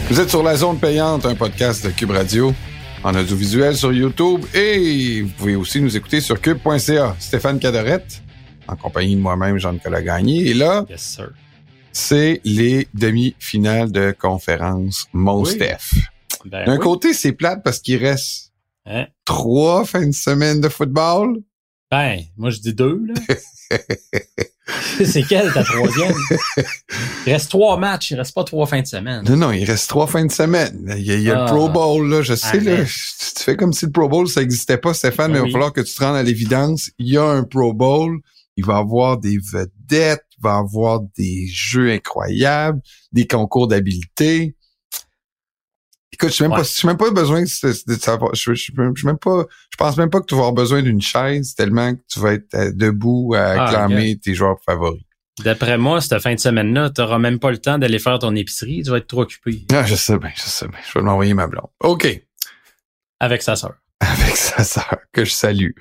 Vous êtes sur La Zone Payante, un podcast de Cube Radio, en audiovisuel sur YouTube, et vous pouvez aussi nous écouter sur cube.ca. Stéphane Cadorette, en compagnie de moi-même, Jean-Nicolas Gagné. Et là, yes, sir. C'est les demi-finales de conférence Mostef. Oui. D'un côté, c'est plate parce qu'il reste 3 fins de semaine de football. Ben, moi, je dis 2, là. C'est quelle, ta troisième? Il reste 3 matchs, il reste pas 3 fins de semaine. Non, il reste 3 fins de semaine. Il y a le Pro Bowl, là, je sais, là. Tu fais comme si le Pro Bowl, ça existait pas, Stéphane, mais il va falloir que tu te rendes à l'évidence. Il y a un Pro Bowl, il va y avoir des vedettes, il va y avoir des jeux incroyables, des concours d'habileté. Écoute, je suis même pas besoin de savoir. Je pense même pas que tu vas avoir besoin d'une chaise tellement que tu vas être debout à acclamer tes joueurs favoris. D'après moi, cette fin de semaine-là, tu n'auras même pas le temps d'aller faire ton épicerie. Tu vas être trop occupé. Ah, je sais bien. Je vais m'envoyer ma blonde. OK. Avec sa sœur. Avec sa sœur, que je salue.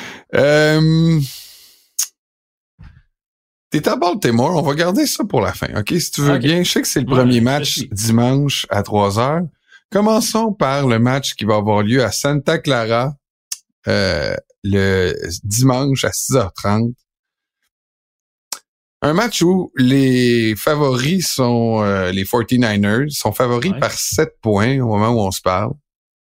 T'es à Baltimore. On va garder ça pour la fin. OK, si tu veux bien. Je sais que c'est le premier match dimanche à 3h. Commençons par le match qui va avoir lieu à Santa Clara le dimanche à 6h30. Un match où les favoris sont les 49ers, sont favoris par 7 points au moment où on se parle.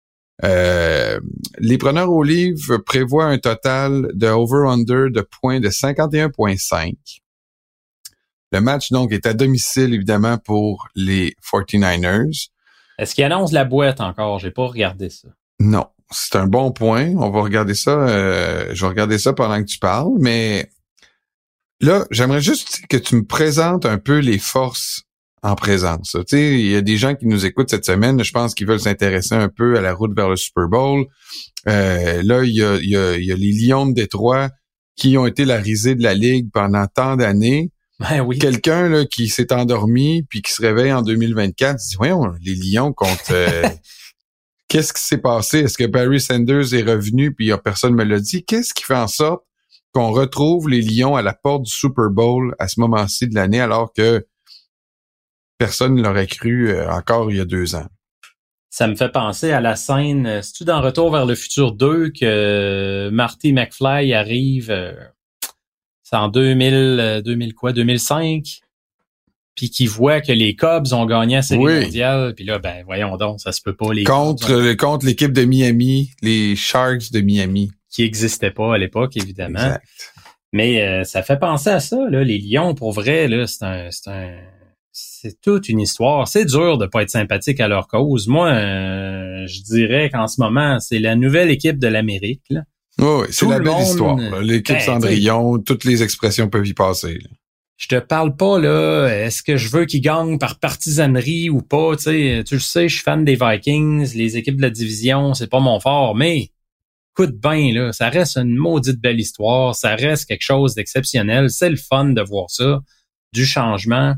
Les preneurs au livre prévoient un total de over-under de points de 51,5. Le match, donc, est à domicile, évidemment, pour les 49ers. Est-ce qu'il annonce la boîte encore? J'ai pas regardé ça. Non, c'est un bon point. On va regarder ça. Je vais regarder ça pendant que tu parles. Mais là, j'aimerais juste que tu me présentes un peu les forces en présence. Tu sais, il y a des gens qui nous écoutent cette semaine. Je pense qu'ils veulent s'intéresser un peu à la route vers le Super Bowl. Là, il y a les Lions de Détroit qui ont été la risée de la Ligue pendant tant d'années. Ben oui. Quelqu'un là qui s'est endormi puis qui se réveille en 2024 dit voyons les Lions contre qu'est-ce qui s'est passé? Est-ce que Barry Sanders est revenu puis personne me l'a dit? Qu'est-ce qui fait en sorte qu'on retrouve les Lions à la porte du Super Bowl à ce moment-ci de l'année alors que personne ne l'aurait cru encore il y a 2 ans? Ça me fait penser à la scène, c'est-tu dans Retour vers le futur 2 que Marty McFly arrive c'est en 2005, puis qui voit que les Cubs ont gagné la Série mondiale, puis là, ben voyons donc, ça se peut pas. Contre l'équipe de Miami, les Sharks de Miami. Qui n'existaient pas à l'époque, évidemment. Exact. Mais ça fait penser à ça, là, les Lions, pour vrai, là, c'est toute une histoire. C'est dur de pas être sympathique à leur cause. Moi, je dirais qu'en ce moment, c'est la nouvelle équipe de l'Amérique, là. Oui, c'est la belle histoire. Là. L'équipe Cendrillon, toutes les expressions peuvent y passer. Là. Je te parle pas, là, est-ce que je veux qu'ils gagnent par partisanerie ou pas? Tu le sais, je suis fan des Vikings, les équipes de la division, c'est pas mon fort, mais écoute bien, là, ça reste une maudite belle histoire, ça reste quelque chose d'exceptionnel, c'est le fun de voir ça, du changement.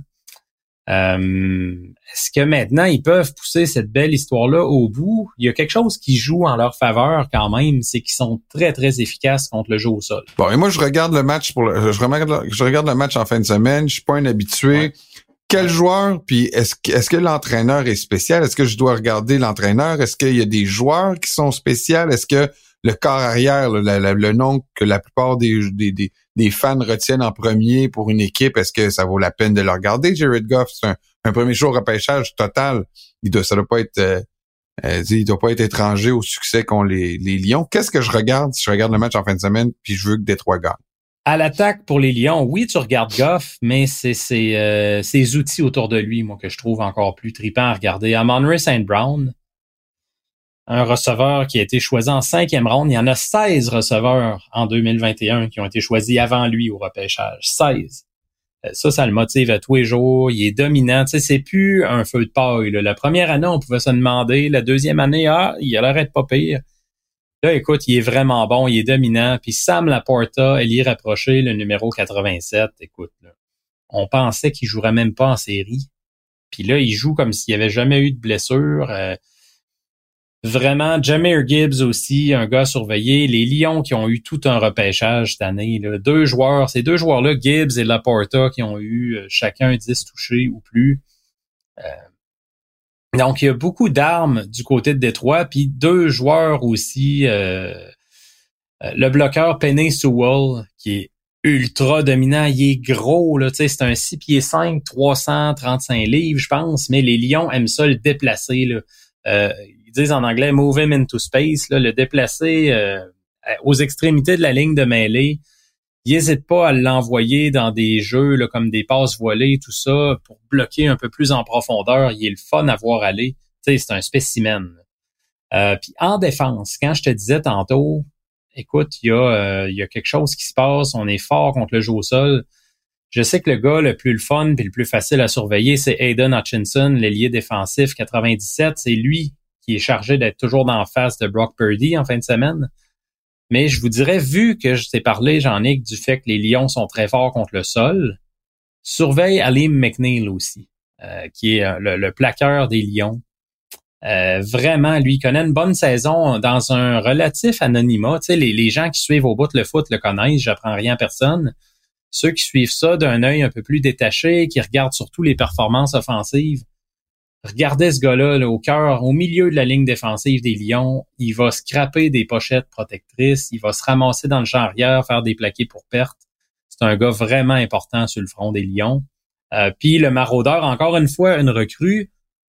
Est-ce que maintenant ils peuvent pousser cette belle histoire-là au bout? Il y a quelque chose qui joue en leur faveur quand même, c'est qu'ils sont très très efficaces contre le jeu au sol. Bon, et moi je regarde le match je regarde le match en fin de semaine. Je suis pas un habitué. Ouais. Quel joueur? Puis est-ce que l'entraîneur est spécial? Est-ce que je dois regarder l'entraîneur? Est-ce qu'il y a des joueurs qui sont spéciaux? Est-ce que le corps arrière, le nom que la plupart des fans retiennent en premier pour une équipe, est-ce que ça vaut la peine de le regarder? Jared Goff, c'est un premier jour repêchage total. Il doit pas être étranger au succès qu'ont les Lions. Qu'est-ce que je regarde si je regarde le match en fin de semaine puis je veux que Détroit gagne? À l'attaque pour les Lions, oui, tu regardes Goff, mais c'est ses outils autour de lui, moi, que je trouve encore plus trippant à regarder. Amon-Ra St. Brown, un receveur qui a été choisi en 5e ronde. Il y en a 16 receveurs en 2021 qui ont été choisis avant lui au repêchage. 16. Ça le motive à tous les jours. Il est dominant. Tu sais, c'est plus un feu de paille, là. La première année, on pouvait se demander. La deuxième année, il a l'air d'être pas pire. Là, écoute, il est vraiment bon. Il est dominant. Puis Sam Laporta, elle y est rapproché, le numéro 87. Écoute, là, on pensait qu'il jouerait même pas en série. Puis là, il joue comme s'il n'y avait jamais eu de blessure. Vraiment, Jahmyr Gibbs aussi, un gars surveillé. Les Lions qui ont eu tout un repêchage cette année. Là. Ces deux joueurs-là, Gibbs et Laporta, qui ont eu chacun 10 touchés ou plus. Donc, il y a beaucoup d'armes du côté de Détroit, puis 2 joueurs aussi. Le bloqueur Penei Sewell, qui est ultra dominant, il est gros, là, tu sais, c'est un 6 pieds 5, 335 livres, je pense, mais les Lions aiment ça le déplacer, là. Ils disent en anglais « move him into space », là, le déplacer aux extrémités de la ligne de mêlée. Ils n'hésitent pas à l'envoyer dans des jeux là, comme des passes voilées, tout ça, pour bloquer un peu plus en profondeur. Il est le fun à voir aller. Tu sais, c'est un spécimen. Puis en défense, quand je te disais tantôt, écoute, il y a quelque chose qui se passe, on est fort contre le jeu au sol. Je sais que le gars le plus le fun puis le plus facile à surveiller, c'est Aiden Hutchinson, l'ailier défensif 97. C'est lui qui est chargé d'être toujours dans la face de Brock Purdy en fin de semaine. Mais je vous dirais, vu que je t'ai parlé, Jean-Nic, du fait que les Lions sont très forts contre le sol, surveille Alim McNeil aussi, qui est le plaqueur des Lions. Vraiment, lui, il connaît une bonne saison dans un relatif anonymat. Tu sais, les gens qui suivent au bout le foot le connaissent, j'apprends rien à personne. Ceux qui suivent ça d'un œil un peu plus détaché, qui regardent surtout les performances offensives, regardez ce gars-là là, au milieu de la ligne défensive des Lions. Il va scraper des pochettes protectrices, il va se ramasser dans le champ arrière, faire des plaqués pour perte. C'est un gars vraiment important sur le front des Lions. Puis le maraudeur, encore une fois, une recrue,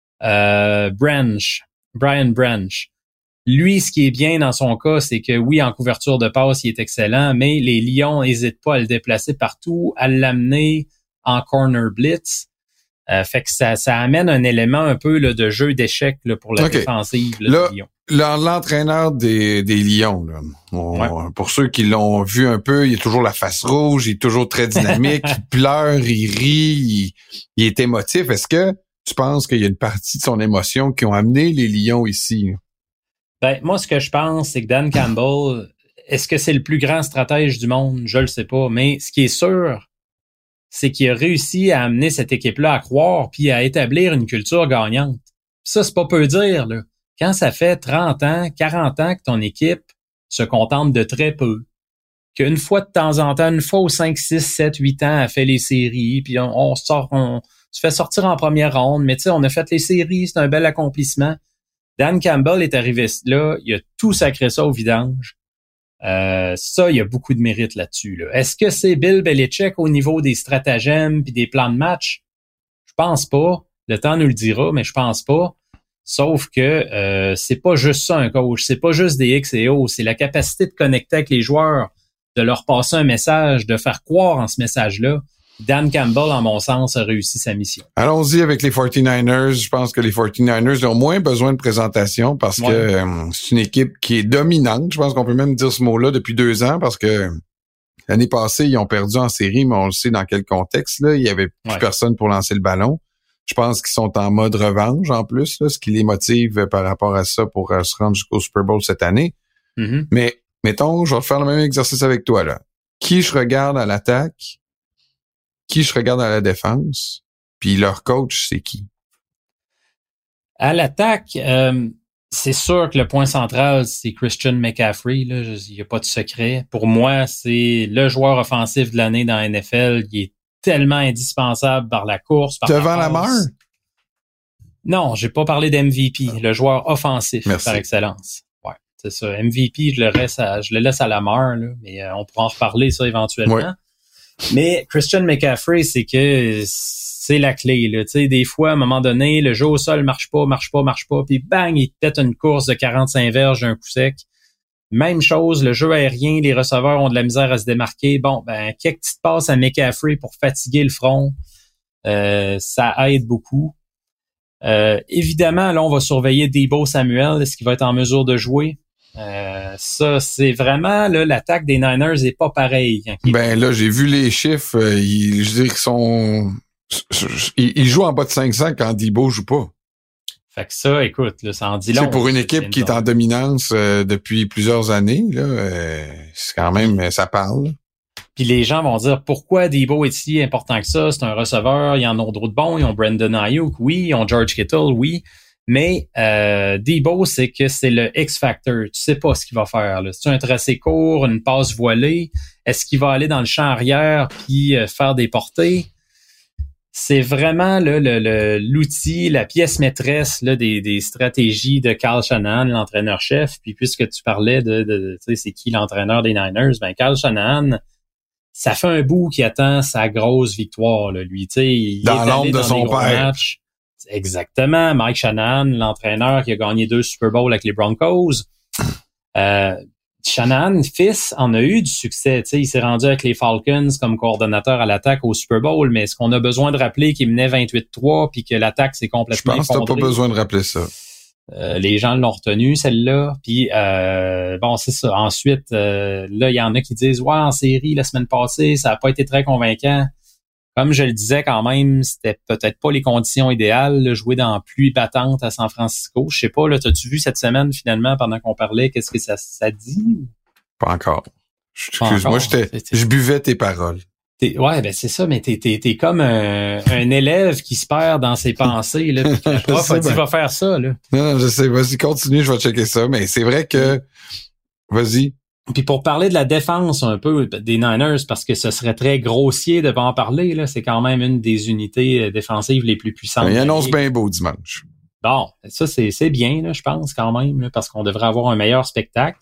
Brian Branch. Lui, ce qui est bien dans son cas, c'est que oui, en couverture de passe, il est excellent, mais les Lions n'hésitent pas à le déplacer partout, à l'amener en corner blitz. Fait que ça amène un élément un peu là, de jeu d'échecs là, pour la défensive là, des Lions. L'entraîneur des Lions, là, pour ceux qui l'ont vu un peu, il a toujours la face rouge, il est toujours très dynamique, il pleure, il rit, il est émotif. Est-ce que tu penses qu'il y a une partie de son émotion qui ont amené les Lions ici? Ben, moi, ce que je pense, c'est que Dan Campbell, est-ce que c'est le plus grand stratège du monde? Je le sais pas. Mais ce qui est sûr, c'est qu'il a réussi à amener cette équipe-là à croire puis à établir une culture gagnante. Ça, c'est pas peu dire, là. Quand ça fait 30 ans, 40 ans que ton équipe se contente de très peu, qu'une fois de temps en temps, une fois aux 5, 6, 7, 8 ans, a fait les séries, puis on se fait sortir en première ronde, mais tu sais, on a fait les séries, c'est un bel accomplissement. Dan Campbell est arrivé là, il a tout sacré ça au vidange. Ça, il y a beaucoup de mérite là-dessus. Là. Est-ce que c'est Bill Belichick au niveau des stratagèmes puis des plans de match? Je pense pas. Le temps nous le dira, mais je pense pas. Sauf que c'est pas juste ça un coach, c'est pas juste des X et O, c'est la capacité de connecter avec les joueurs, de leur passer un message, de faire croire en ce message-là. Dan Campbell, en mon sens, a réussi sa mission. Allons-y avec les 49ers. Je pense que les 49ers ont moins besoin de présentation parce que c'est une équipe qui est dominante. Je pense qu'on peut même dire ce mot-là depuis 2 ans parce que l'année passée, ils ont perdu en série, mais on le sait dans quel contexte. Là. Il y avait plus personne pour lancer le ballon. Je pense qu'ils sont en mode revanche en plus, là, ce qui les motive par rapport à ça pour se rendre jusqu'au Super Bowl cette année. Mm-hmm. Mais mettons, je vais faire le même exercice avec toi. Là. Qui je regarde à l'attaque? Qui je regarde à la défense, puis leur coach, c'est qui? À l'attaque, c'est sûr que le point central, c'est Christian McCaffrey. Il n'y a pas de secret. Pour moi, c'est le joueur offensif de l'année dans la NFL. Il est tellement indispensable par la course. Par devant Lamar? Non, j'ai pas parlé d'MVP, le joueur offensif par excellence. Ouais, c'est ça. MVP, je le laisse à Lamar, là, mais on pourra en reparler ça éventuellement. Ouais. Mais Christian McCaffrey, c'est que c'est la clé. Là. Tu sais, des fois, à un moment donné, le jeu au sol marche pas, puis bang, il te pète une course de 45 verges d'un coup sec. Même chose, le jeu aérien, les receveurs ont de la misère à se démarquer. Bon, ben, quelques petites passes à McCaffrey pour fatiguer le front, ça aide beaucoup. Évidemment, là, on va surveiller Deebo Samuel. Est-ce qu'il va être en mesure de jouer? Ça, c'est vraiment, là, l'attaque des Niners est pas pareille. Ben, là, j'ai vu les chiffres. Je veux dire qu'ils jouent en bas de 500 quand Deebo joue pas. Fait que ça, écoute, là, ça en dit long. C'est pour une équipe qui est en dominance depuis plusieurs années, là. C'est quand même, ça parle. Puis les gens vont dire, pourquoi Deebo est si important que ça? C'est un receveur, ils en ont d'autres bons, ils ont Brandon Ayuk, oui, ils ont George Kittle, oui. Mais Deebo, c'est que c'est le X-Factor. Tu sais pas ce qu'il va faire. Là. C'est un tracé court, une passe voilée. Est-ce qu'il va aller dans le champ arrière puis faire des portées? c'est vraiment là, l'outil, la pièce maîtresse là, des stratégies de Kyle Shanahan, l'entraîneur-chef. Puis puisque tu parlais de tu sais, c'est qui l'entraîneur des Niners, ben Kyle Shanahan, ça fait un bout qu'il attend sa grosse victoire, là, lui. Tu sais, il dans est l'ombre allé de dans son des gros père. matchs. Exactement. Mike Shanahan, l'entraîneur qui a gagné 2 Super Bowls avec les Broncos. Shanahan, fils, en a eu du succès. Tu sais, il s'est rendu avec les Falcons comme coordonnateur à l'attaque au Super Bowl, mais est-ce qu'on a besoin de rappeler qu'il menait 28-3 puis que l'attaque s'est complètement Je pense que t'as pas besoin de rappeler ça. Les gens l'ont retenu, celle-là. Puis, bon, c'est ça. Ensuite, là, il y en a qui disent « Ouais, en série, la semaine passée, ça n'a pas été très convaincant. » Comme je le disais quand même, c'était peut-être pas les conditions idéales, là, jouer dans la pluie battante à San Francisco. Je sais pas, là, t'as-tu vu cette semaine, finalement, pendant qu'on parlait, qu'est-ce que ça dit? Pas encore. Excuse-moi, je buvais tes paroles. Ouais, ben c'est ça, mais t'es comme un élève qui se perd dans ses pensées, là, puis que le prof a dit va faire ça, là. Non, je sais, vas-y, continue, je vais checker ça, mais c'est vrai que vas-y. Puis pour parler de la défense un peu des Niners, parce que ce serait très grossier de pas en parler, là, c'est quand même une des unités défensives les plus puissantes. Il annonce bien beau dimanche. Bon, ça c'est bien, là, je pense quand même, là, parce qu'on devrait avoir un meilleur spectacle.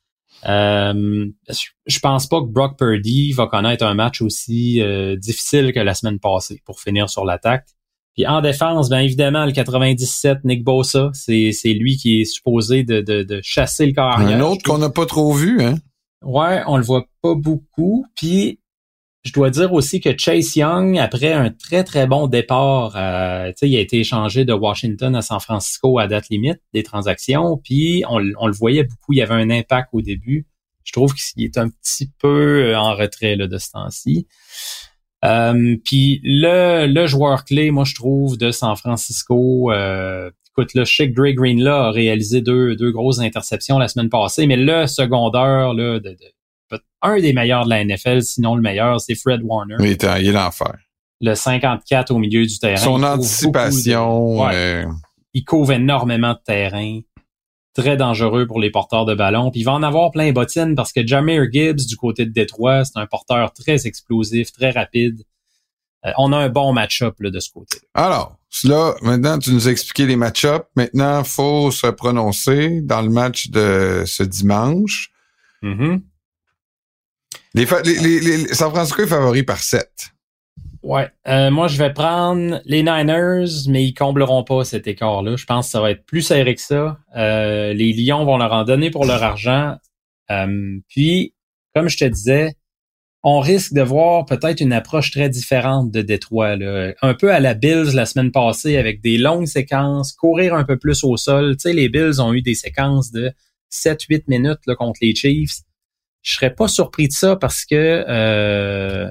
Je pense pas que Brock Purdy va connaître un match aussi difficile que la semaine passée pour finir sur l'attaque. Puis en défense, bien évidemment, le 97, Nick Bosa, c'est lui qui est supposé de chasser le corps arrière. Un autre qu'on n'a pas trop vu, hein? Ouais, on le voit pas beaucoup. Puis je dois dire aussi que Chase Young, après un très très bon départ, il a été échangé de Washington à San Francisco à date limite des transactions. Puis on le voyait beaucoup, il y avait un impact au début. Je trouve qu'il est un petit peu en retrait là, de ce temps-ci. Puis le joueur clé, moi je trouve, de San Francisco, écoute, là, je sais que Dre Greenlaw a réalisé deux grosses interceptions la semaine passée, mais le secondaire là, un des meilleurs de la NFL, sinon le meilleur, c'est Fred Warner. Il est l'enfer. Le 54 au milieu du terrain. Son anticipation. Il couvre énormément de terrain. Très dangereux pour les porteurs de ballon. Puis il va en avoir plein les bottines parce que Jahmyr Gibbs, du côté de Détroit, c'est un porteur très explosif, très rapide. On a un bon match-up là, de ce côté-là. Alors, là, maintenant, tu nous as expliqué les match-ups. Maintenant, il faut se prononcer dans le match de ce dimanche. Mm-hmm. San Francisco est favori par 7. Ouais. Moi, je vais prendre les Niners, mais ils combleront pas cet écart-là. Je pense que ça va être plus serré que ça. Les Lions vont leur en donner pour leur argent. Puis, comme je te disais, on risque de voir peut-être une approche très différente de Détroit, là. Un peu à la Bills la semaine passée, avec des longues séquences, courir un peu plus au sol. Tu sais, les Bills ont eu des séquences de 7-8 minutes là, contre les Chiefs. Je serais pas surpris de ça parce que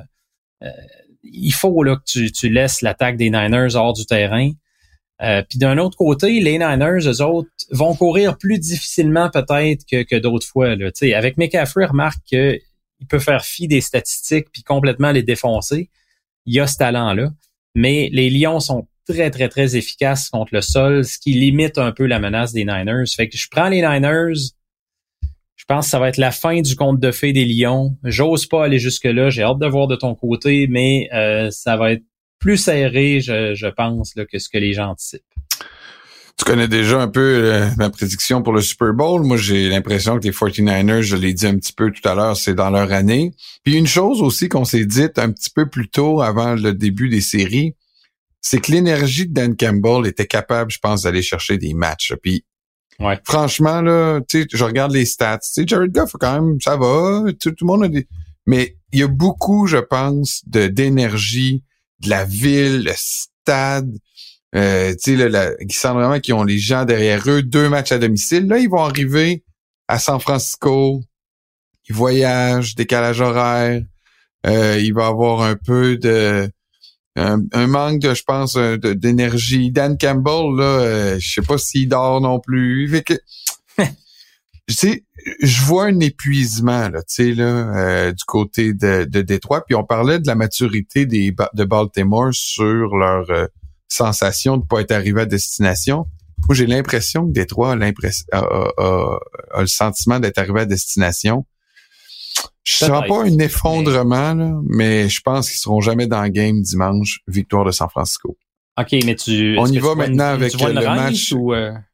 il faut là que tu laisses l'attaque des Niners hors du terrain. Puis d'un autre côté, les Niners, eux autres, vont courir plus difficilement peut-être que d'autres fois. Là. T'sais, avec McCaffrey, remarque qu'il peut faire fi des statistiques puis complètement les défoncer. Il y a ce talent-là. Mais les Lions sont très, très, très efficaces contre le sol, ce qui limite un peu la menace des Niners. Fait que je prends les Niners. Je pense que ça va être la fin du conte de fées des Lions. J'ose pas aller jusque-là. J'ai hâte de voir de ton côté, mais ça va être plus serré, je pense, là, que ce que les gens anticipent. Tu connais déjà un peu ma prédiction pour le Super Bowl. Moi, j'ai l'impression que les 49ers, je l'ai dit un petit peu tout à l'heure, c'est dans leur année. Puis une chose aussi qu'on s'est dite un petit peu plus tôt avant le début des séries, c'est que l'énergie de Dan Campbell était capable, je pense, d'aller chercher des matchs. Puis ouais. Franchement, là, tu sais, je regarde les stats. Tu sais, Jared Goff, quand même, ça va. Tout le monde a des... Mais il y a beaucoup, je pense, d'énergie, de la ville, le stade. Tu sais, ils sentent vraiment qu'ils ont les gens derrière eux. 2 matchs à domicile. Là, ils vont arriver à San Francisco. Ils voyagent, décalage horaire. Il va y avoir un peu de... Un manque de, je pense, d'énergie. Dan Campbell, là, je sais pas s'il dort non plus. Fait que, tu sais, je vois un épuisement, là, tu sais, là, du côté de Détroit. Puis on parlait de la maturité de Baltimore sur leur sensation de pas être arrivé à destination. Moi, j'ai l'impression que Détroit a le sentiment d'être arrivé à destination. Je sens pas un effondrement, là, mais je pense qu'ils seront jamais dans le game dimanche. Victoire de San Francisco. OK, mais on y va maintenant avec le match. Ou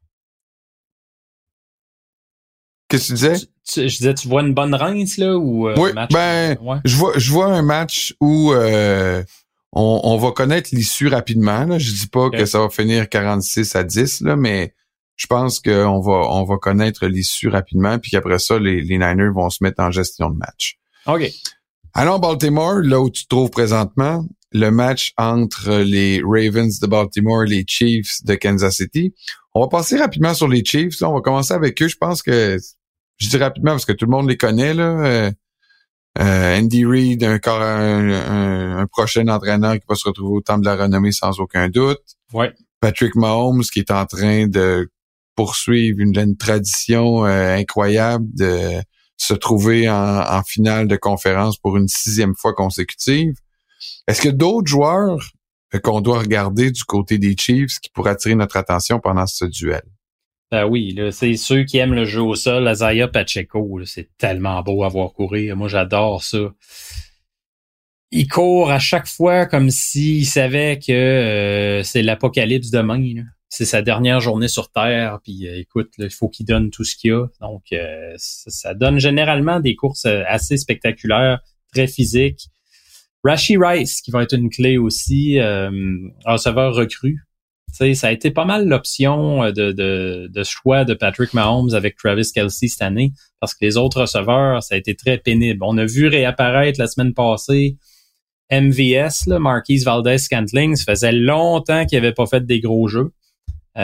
Qu'est-ce que tu disais? Je disais, tu vois une bonne rince, là, ou oui, match? Ouais. Je vois un match où on va connaître l'issue rapidement. Là. Je dis pas que ça va finir 46-10, là, mais je pense qu'on va connaître l'issue rapidement, puis qu'après ça, les Niners vont se mettre en gestion de match. OK. Allons Baltimore, là où tu te trouves présentement, le match entre les Ravens de Baltimore et les Chiefs de Kansas City. On va passer rapidement sur les Chiefs. Là. On va commencer avec eux. Je pense que je dis rapidement parce que tout le monde les connaît, là. Andy Reid, un prochain entraîneur qui va se retrouver au temple de la renommée sans aucun doute. Ouais. Patrick Mahomes qui est en train de poursuivre une tradition incroyable de se trouver en finale de conférence pour une 6e fois consécutive. Est-ce qu'il y a d'autres joueurs qu'on doit regarder du côté des Chiefs qui pourraient attirer notre attention pendant ce duel? Ben oui, là, c'est ceux qui aiment le jeu au sol. Isaiah Pacheco, là, c'est tellement beau à voir courir. Moi, j'adore ça. Il court à chaque fois comme s'il savait que c'est l'apocalypse demain. Là. C'est sa dernière journée sur Terre. Puis écoute, là, il faut qu'il donne tout ce qu'il a. Donc, ça donne généralement des courses assez spectaculaires, très physiques. Rashee Rice, qui va être une clé aussi, receveur recru. T'sais, ça a été pas mal l'option de choix de Patrick Mahomes avec Travis Kelce cette année, parce que les autres receveurs, ça a été très pénible. On a vu réapparaître la semaine passée MVS, là, Marquise Valdes-Scantling. Ça faisait longtemps qu'il n'avait pas fait des gros jeux. On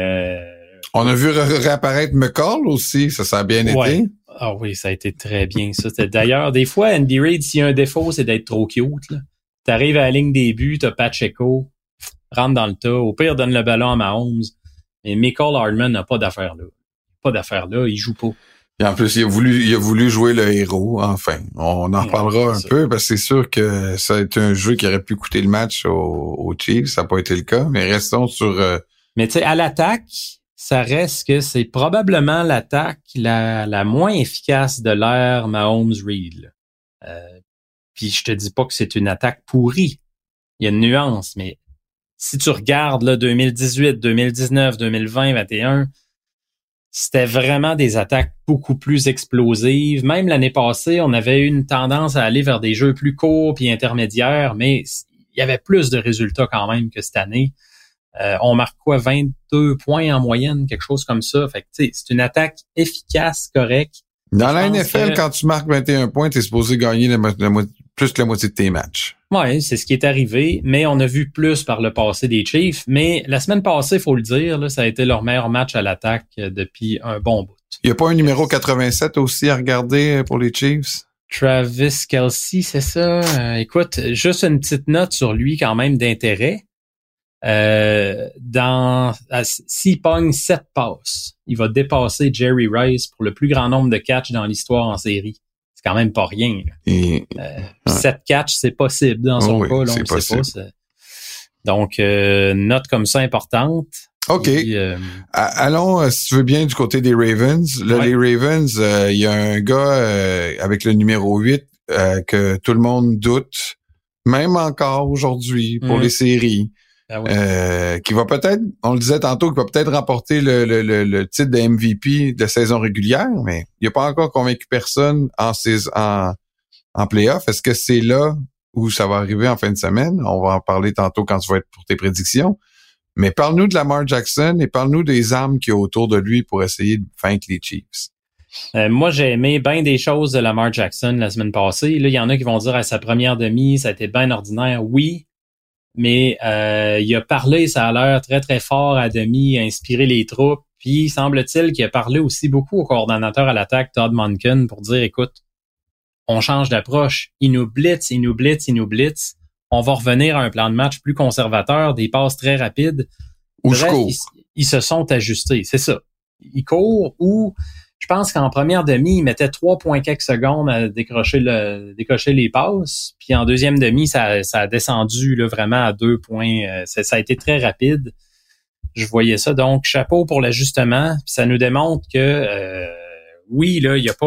a vu réapparaître McCall aussi, ça a bien été. Ah oui, ça a été très bien, ça. D'ailleurs, des fois, Andy Reid, s'il y a un défaut, c'est d'être trop cute. Tu arrives à la ligne des buts, t'as Pacheco, rentre dans le tas. Au pire, donne le ballon à Mahomes. Mais Mecole Hardman n'a pas d'affaire là. Pas d'affaire là, il joue pas. Et en plus, il a voulu jouer le héros, enfin. On en reparlera un peu, parce que c'est sûr que ça a été un jeu qui aurait pu coûter le match aux Chiefs. Ça n'a pas été le cas, mais restons sur... Mais tu sais, à l'attaque, ça reste que c'est probablement l'attaque la moins efficace de l'ère Mahomes-Reid. Puis je te dis pas que c'est une attaque pourrie. Il y a une nuance, mais si tu regardes là 2018, 2019, 2020, 2021, c'était vraiment des attaques beaucoup plus explosives. Même l'année passée, on avait eu une tendance à aller vers des jeux plus courts puis intermédiaires, mais il y avait plus de résultats quand même que cette année. On marque 22 points en moyenne, quelque chose comme ça. Fait que tu sais, c'est une attaque efficace, correcte. Dans la NFL, quand tu marques 21 points, t'es supposé gagner plus que la moitié de tes matchs. Ouais, c'est ce qui est arrivé, mais on a vu plus par le passé des Chiefs. Mais la semaine passée, il faut le dire, là, ça a été leur meilleur match à l'attaque depuis un bon bout. Il n'y a pas un numéro 87 aussi à regarder pour les Chiefs? Travis Kelce, c'est ça? Écoute, juste une petite note sur lui quand même d'intérêt. S'il pogne 7 passes, il va dépasser Jerry Rice pour le plus grand nombre de catchs dans l'histoire en série. C'est quand même pas rien. 7 catchs, c'est possible dans son cas. Là, on sait pas. Donc, note comme ça importante. OK. Puis, allons, si tu veux bien, du côté des Ravens. Là, les Ravens, il y a un gars avec le numéro 8 que tout le monde doute, même encore aujourd'hui, pour les séries. Ah oui. Qui va peut-être, on le disait tantôt, qui va peut-être remporter le titre de MVP de saison régulière, mais il n'a pas encore convaincu personne en playoff. Est-ce que c'est là où ça va arriver en fin de semaine? On va en parler tantôt quand tu vas être pour tes prédictions. Mais parle-nous de Lamar Jackson et parle-nous des armes qu'il y a autour de lui pour essayer de vaincre les Chiefs. Moi, j'ai aimé bien des choses de Lamar Jackson la semaine passée. Là, il y en a qui vont dire à sa première demi, ça a été bien ordinaire. Oui. Mais il a parlé, ça a l'air très, très fort à demi, inspiré les troupes. Puis, semble-t-il qu'il a parlé aussi beaucoup au coordonnateur à l'attaque, Todd Monken, pour dire, écoute, on change d'approche. Il nous blitz. On va revenir à un plan de match plus conservateur, des passes très rapides. Bref, ils se sont ajustés, c'est ça. Ils courent ou... Je pense qu'en première demi, il mettait 3,4 secondes à décrocher les passes. Puis en deuxième demi, ça a descendu là, vraiment à 2 points. Ça a été très rapide. Je voyais ça. Donc, chapeau pour l'ajustement. Puis ça nous démontre que oui, là, il n'y a pas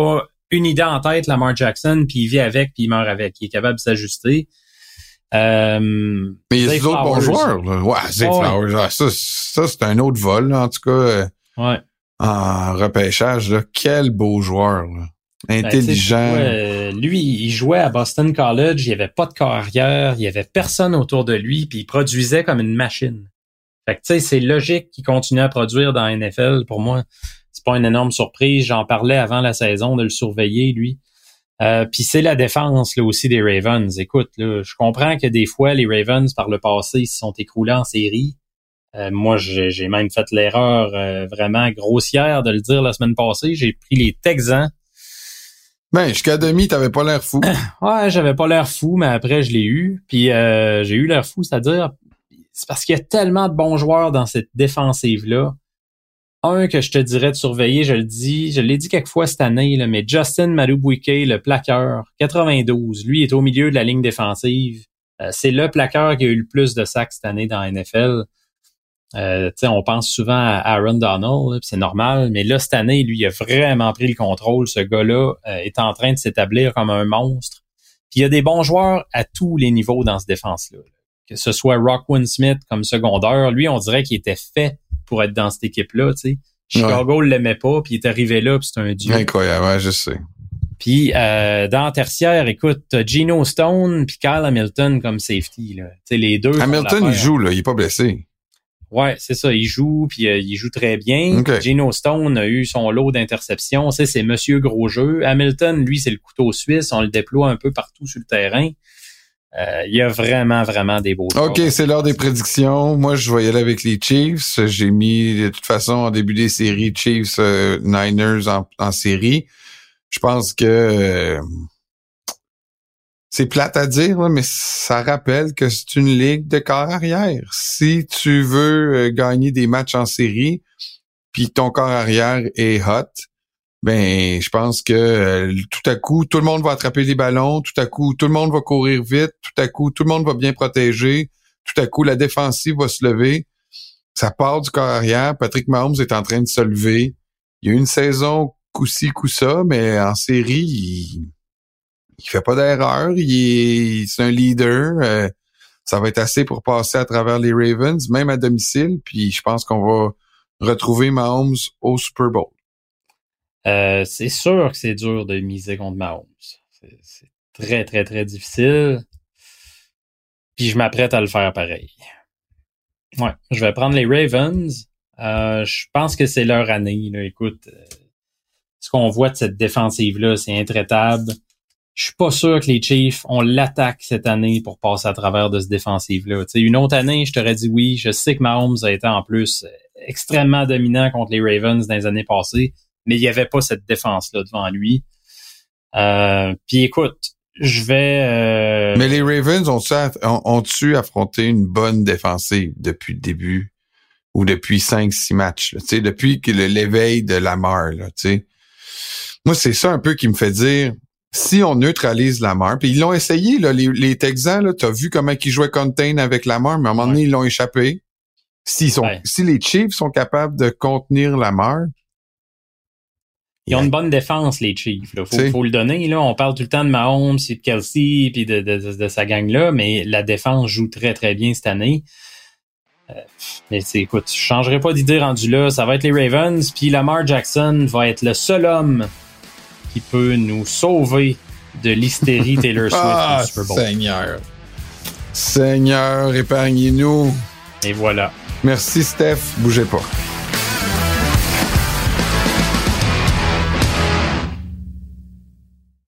une idée en tête, Lamar Jackson, puis il vit avec, puis il meurt avec. Il est capable de s'ajuster. Mais il y a des autres bons joueurs. Là. Ouais, Zay Flowers. Ouais, ça, c'est un autre vol, là, en tout cas. Ouais. En repêchage, là, quel beau joueur. Là. Intelligent. Lui, il jouait à Boston College, il n'y avait pas de carrière, il n'y avait personne autour de lui, puis il produisait comme une machine. Fait que tu sais, c'est logique qu'il continue à produire dans la NFL. Pour moi, c'est pas une énorme surprise. J'en parlais avant la saison de le surveiller, lui. Puis c'est la défense là aussi des Ravens. Écoute, là, je comprends que des fois, les Ravens, par le passé, se sont écroulés en série. Moi, j'ai même fait l'erreur vraiment grossière de le dire la semaine passée. J'ai pris les Texans. Ben, jusqu'à demi, t'avais pas l'air fou. Ouais, j'avais pas l'air fou, mais après, je l'ai eu. Puis j'ai eu l'air fou, c'est-à-dire, c'est parce qu'il y a tellement de bons joueurs dans cette défensive-là. Un que je te dirais de surveiller, je l'ai dit quelques fois cette année, là, mais Justin Madubuike, le plaqueur, 92, lui est au milieu de la ligne défensive. C'est le plaqueur qui a eu le plus de sacs cette année dans la NFL. On pense souvent à Aaron Donald, là, c'est normal, mais là, cette année, lui, il a vraiment pris le contrôle. Ce gars-là est en train de s'établir comme un monstre. Puis il y a des bons joueurs à tous les niveaux dans cette défense-là. Que ce soit Roquan Smith comme secondaire, lui, on dirait qu'il était fait pour être dans cette équipe-là. Tu sais. Chicago l'aimait pas, puis il est arrivé là, puis c'est un dieu. Incroyable, ouais, je sais. Puis dans la tertiaire, écoute, t'as Geno Stone puis Kyle Hamilton comme safety. Là. Tu sais, les deux. Hamilton, il joue, là, il est pas blessé. Ouais, c'est ça, il joue, puis il joue très bien. Okay. Geno Stone a eu son lot d'interceptions. C'est monsieur gros jeu. Hamilton, lui, c'est le couteau suisse. On le déploie un peu partout sur le terrain. Il y a vraiment, vraiment des beaux joueurs. OK, c'est l'heure des prédictions. Moi, je vais y aller avec les Chiefs. J'ai mis, de toute façon, en début des séries, Chiefs, Niners en série. Je pense que c'est plate à dire, là, mais ça rappelle que c'est une ligue de corps arrière. Si tu veux gagner des matchs en série, puis ton corps arrière est hot, ben, je pense que tout à coup, tout le monde va attraper les ballons, tout à coup, tout le monde va courir vite, tout à coup, tout le monde va bien protéger, tout à coup, la défensive va se lever. Ça part du corps arrière. Patrick Mahomes est en train de se lever. Il y a eu une saison coup-ci, coup-ça, mais en série, il fait pas d'erreur. C'est un leader. Ça va être assez pour passer à travers les Ravens, même à domicile. Puis je pense qu'on va retrouver Mahomes au Super Bowl. C'est sûr que c'est dur de miser contre Mahomes. C'est très, très, très difficile. Puis je m'apprête à le faire pareil. Ouais, je vais prendre les Ravens. Je pense que c'est leur année. Là. Écoute, ce qu'on voit de cette défensive-là, c'est intraitable. Je suis pas sûr que les Chiefs, on l'attaque cette année pour passer à travers de cette défensive-là. Tu sais, une autre année, je t'aurais dit oui. Je sais que Mahomes a été en plus extrêmement dominant contre les Ravens dans les années passées. Mais il n'y avait pas cette défense-là devant lui. Puis écoute, je vais... Mais les Ravens ont-tu affronté une bonne défensive depuis le début ou depuis 5-6 matchs? Là, depuis que l'éveil de Lamar. Là, moi, c'est ça un peu qui me fait dire, si on neutralise Lamar, puis ils l'ont essayé, là, les Texans, tu as vu comment ils jouaient contain avec Lamar, mais à un moment donné, ils l'ont échappé. Si les Chiefs sont capables de contenir Lamar... Ils ont une bonne défense, les Chiefs. Faut le donner. Là, on parle tout le temps de Mahomes et de Kelsey puis de sa gang-là, mais la défense joue très, très bien cette année. Mais écoute, je changerai pas d'idée rendu là. Ça va être les Ravens, puis Lamar Jackson va être le seul homme qui peut nous sauver de l'hystérie Taylor Swift au Super Bowl. Seigneur, épargnez-nous. Et voilà. Merci, Steph. Bougez pas.